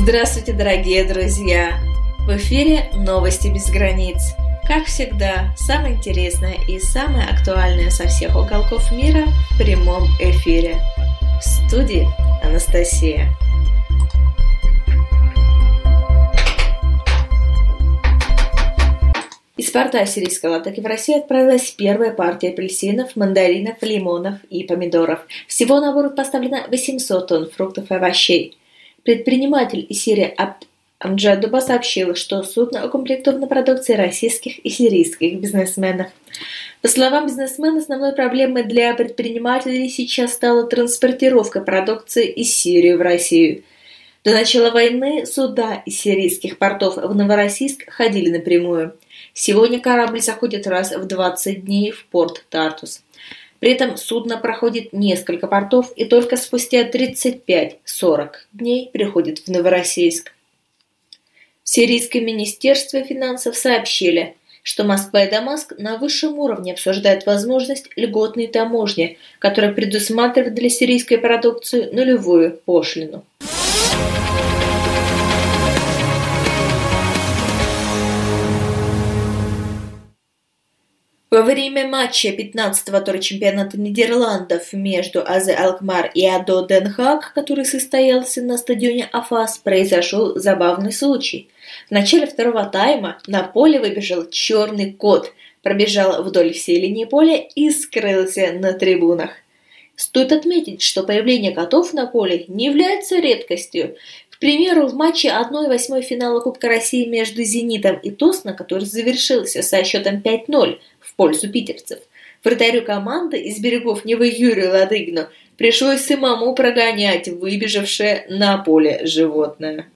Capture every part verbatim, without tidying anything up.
Здравствуйте, дорогие друзья! В эфире «Новости без границ». Как всегда, самое интересное и самое актуальное со всех уголков мира в прямом эфире. В студии Анастасия. Из порта сирийской Латаки в Россию отправилась первая партия апельсинов, мандаринов, лимонов и помидоров. Всего на борт поставлено восемьсот тонн фруктов и овощей. Предприниматель из Сирии Амджад Дуба сообщил, что судно укомплектовано продукцией российских и сирийских бизнесменов. По словам бизнесмена, основной проблемой для предпринимателей сейчас стала транспортировка продукции из Сирии в Россию. До начала войны суда из сирийских портов в Новороссийск ходили напрямую. Сегодня корабль заходит раз в двадцать дней в порт Тартус. При этом судно проходит несколько портов и только спустя тридцать пять - сорок дней приходит в Новороссийск. В сирийском министерстве финансов сообщили, что Москва и Дамаск на высшем уровне обсуждают возможность льготной таможни, которая предусматривает для сирийской продукции нулевую пошлину. Во время матча пятнадцатого тура чемпионата Нидерландов между АЗ Алкмар и АДО Ден Хааг, который состоялся на стадионе Афас, произошел забавный случай. В начале второго тайма на поле выбежал черный кот, пробежал вдоль всей линии поля и скрылся на трибунах. Стоит отметить, что появление котов на поле не является редкостью. К примеру, в матче одной восьмой финала Кубка России между «Зенитом» и «Тосно», который завершился со счетом пять ноль в пользу питерцев, вратарю команды из берегов Невы Юрию Ладыгину пришлось самому прогонять выбежавшее на поле животное.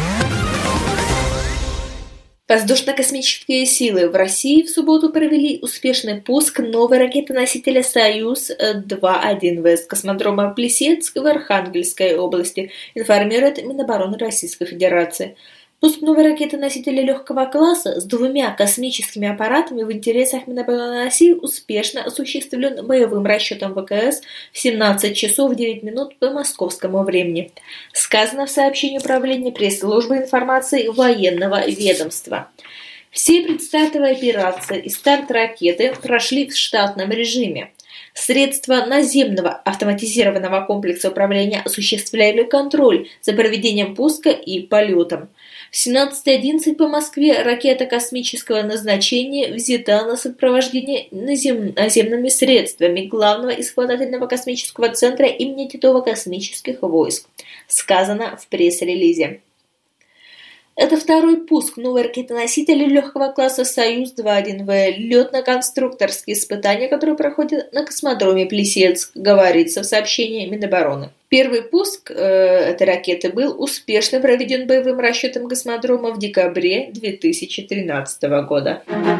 Воздушно-космические силы в России в субботу провели успешный пуск новой ракеты-носителя «Союз-два один» в космодрома Плесецк в Архангельской области, информирует Минобороны Российской Федерации. Пуск новой ракеты-носителя легкого класса с двумя космическими аппаратами в интересах Минобороны России успешно осуществлен боевым расчетом ВКС в семнадцать часов девять минут по московскому времени. Сказано в сообщении Управления пресс-службы информации военного ведомства. Все предстартовые операции и старт ракеты прошли в штатном режиме. Средства наземного автоматизированного комплекса управления осуществляли контроль за проведением пуска и полетом. В семнадцать одиннадцать по Москве ракета космического назначения взята на сопровождение назем... наземными средствами Главного испытательного космического центра имени Титова космических войск, сказано в пресс-релизе. Это второй пуск новой ракеты-носителя легкого класса «Союз-два один вэ», летно-конструкторские испытания, которые проходят на космодроме Плесецк, говорится в сообщении Минобороны. Первый пуск э, этой ракеты был успешно проведен боевым расчетом космодрома в декабре две тысячи тринадцатого года.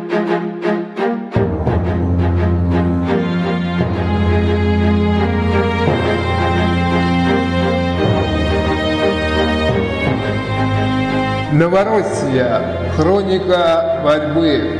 Новороссия. Хроника борьбы.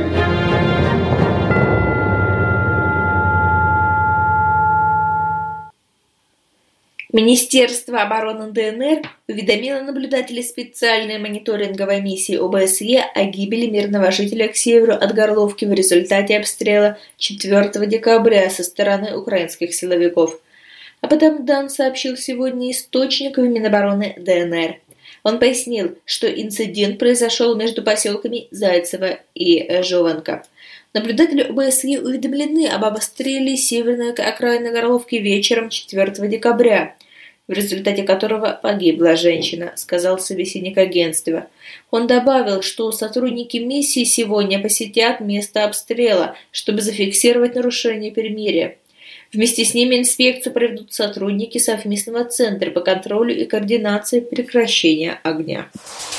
Министерство обороны ДНР уведомило наблюдателей специальной мониторинговой миссии о бэ эс е о гибели мирного жителя к северу от Горловки в результате обстрела четвёртого декабря со стороны украинских силовиков. Об этом дан сообщил сегодня источник в Минобороны ДНР. Он пояснил, что инцидент произошел между поселками Зайцево и Жованка. Наблюдатели о бэ эс е уведомлены об обстреле северной окраины Горловки вечером четвёртого декабря, в результате которого погибла женщина, сказал собеседник агентства. Он добавил, что сотрудники миссии сегодня посетят место обстрела, чтобы зафиксировать нарушение перемирия. Вместе с ними инспекцию проведут сотрудники совместного центра по контролю и координации прекращения огня.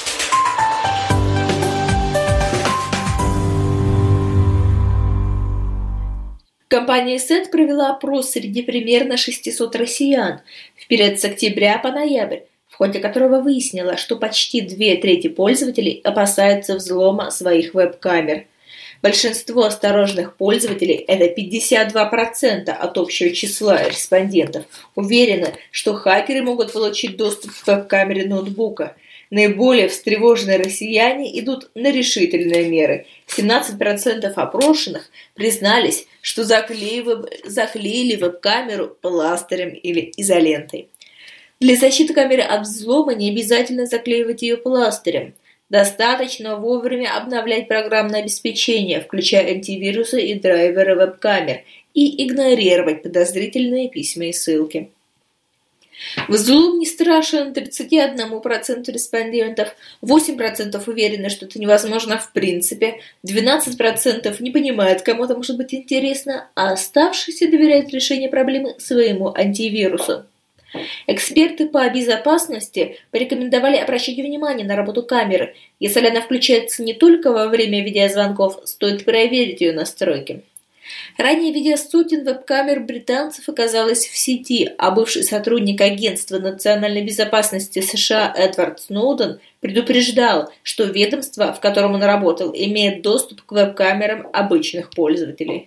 Компания сет провела опрос среди примерно шестисот россиян в период с октября по ноябрь, в ходе которого выяснила, что почти две трети пользователей опасаются взлома своих веб-камер. Большинство осторожных пользователей, это пятьдесят два процента от общего числа респондентов, уверены, что хакеры могут получить доступ к веб-камере ноутбука. Наиболее встревоженные россияне идут на решительные меры. семнадцать процентов опрошенных признались, что заклеили, заклеили веб-камеру пластырем или изолентой. Для защиты камеры от взлома не обязательно заклеивать ее пластырем. Достаточно вовремя обновлять программное обеспечение, включая антивирусы и драйверы веб-камер, и игнорировать подозрительные письма и ссылки. Взлом не страшен тридцати одному проценту респондентов, восемь процентов уверены, что это невозможно в принципе, двенадцать процентов не понимают, кому это может быть интересно, а оставшиеся доверяют решению проблемы своему антивирусу. Эксперты по безопасности порекомендовали обращать внимание на работу камеры. Если она включается не только во время видеозвонков, стоит проверить ее настройки. Ранее видео сотен веб-камер британцев оказалось в сети, а бывший сотрудник Агентства национальной безопасности США Эдвард Сноуден предупреждал, что ведомство, в котором он работал, имеет доступ к веб-камерам обычных пользователей.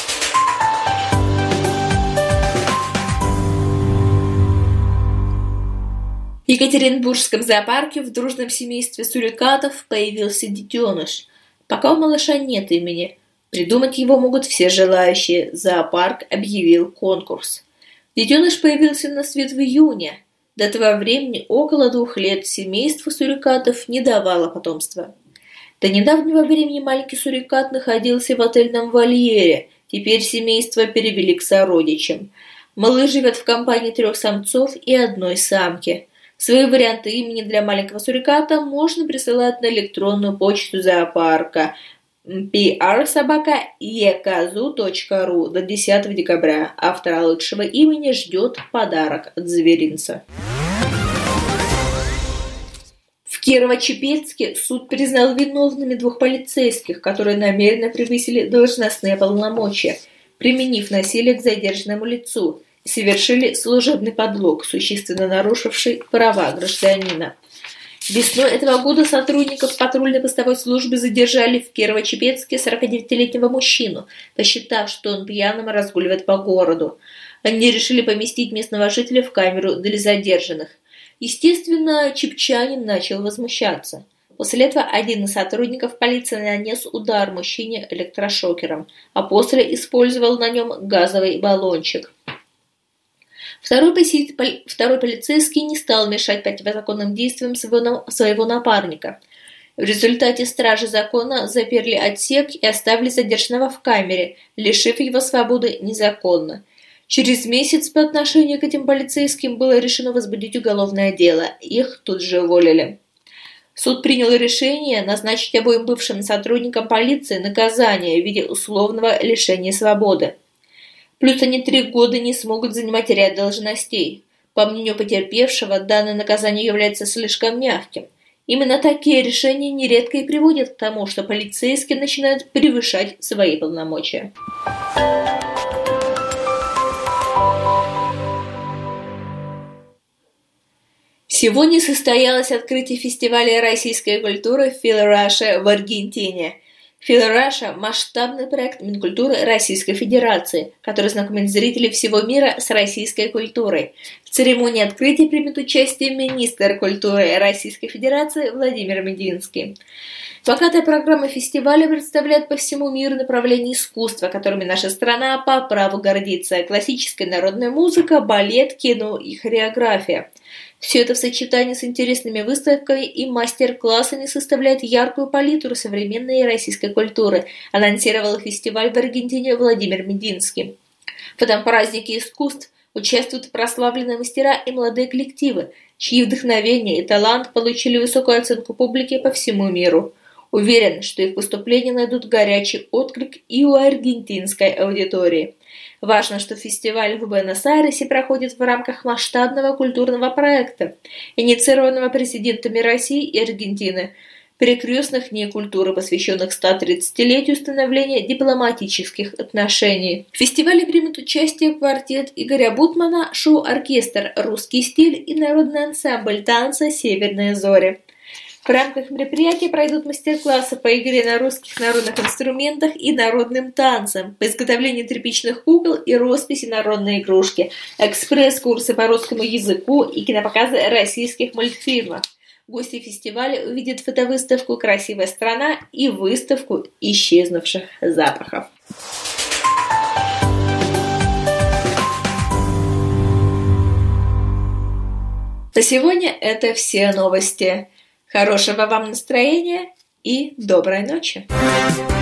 В Екатеринбургском зоопарке в дружном семействе сурикатов появился детеныш. Пока у малыша нет имени. Придумать его могут все желающие. Зоопарк объявил конкурс. Детеныш появился на свет в июне. До этого времени около двух лет семейство сурикатов не давало потомства. До недавнего времени маленький сурикат находился в отельном вольере. Теперь семейство перевели к сородичам. Малыш живет в компании трех самцов и одной самки. Свои варианты имени для маленького суриката можно присылать на электронную почту зоопарка пи ар собака е казу точка ру до десятого декабря. Автора лучшего имени ждет подарок от зверинца. В Кирово-Чепецке суд признал виновными двух полицейских, которые намеренно превысили должностные полномочия, применив насилие к задержанному лицу, и совершили служебный подлог, существенно нарушивший права гражданина. Весной этого года сотрудников патрульно-постовой службы задержали в Кирово-Чепецке сорокадевятилетнего мужчину, посчитав, что он пьяным разгуливает по городу. Они решили поместить местного жителя в камеру для задержанных. Естественно, чепчанин начал возмущаться. После этого один из сотрудников полиции нанес удар мужчине электрошокером, а после использовал на нем газовый баллончик. Второй, поси... Второй полицейский не стал мешать противозаконным действиям своего... своего напарника. В результате стражи закона заперли отсек и оставили задержанного в камере, лишив его свободы незаконно. Через месяц по отношению к этим полицейским было решено возбудить уголовное дело. Их тут же уволили. Суд принял решение назначить обоим бывшим сотрудникам полиции наказание в виде условного лишения свободы. Плюс они три года не смогут занимать ряд должностей. По мнению потерпевшего, данное наказание является слишком мягким. Именно такие решения нередко и приводят к тому, что полицейские начинают превышать свои полномочия. Сегодня состоялось открытие фестиваля российской культуры Feel Russia в Аргентине. Feel Russia – масштабный проект Минкультуры Российской Федерации, который знакомит зрителей всего мира с российской культурой. В церемонии открытия примет участие министр культуры Российской Федерации Владимир Мединский. Богатая программа фестиваля представляет по всему миру направления искусства, которыми наша страна по праву гордится: классическая народная музыка, балет, кино и хореография. Все это в сочетании с интересными выставками и мастер-классами составляет яркую палитру современной российской культуры, анонсировал фестиваль в Аргентине Владимир Мединский. В этом празднике искусств участвуют прославленные мастера и молодые коллективы, чьи вдохновение и талант получили высокую оценку публики по всему миру. Уверен, что их выступления найдут горячий отклик и у аргентинской аудитории. Важно, что фестиваль в Буэнос-Айресе проходит в рамках масштабного культурного проекта, инициированного президентами России и Аргентины, перекрестных дней культуры, посвященных ста тридцатилетию становления дипломатических отношений. В фестивале примут участие квартет Игоря Бутмана, шоу-оркестр «Русский стиль» и народный ансамбль танца «Северные зори». В рамках мероприятия пройдут мастер-классы по игре на русских народных инструментах и народным танцам, по изготовлению тряпичных кукол и росписи народной игрушки, экспресс-курсы по русскому языку и кинопоказы российских мультфильмов. Гости фестиваля увидят фотовыставку «Красивая страна» и выставку исчезнувших запахов. На сегодня это все новости. Хорошего вам настроения и доброй ночи!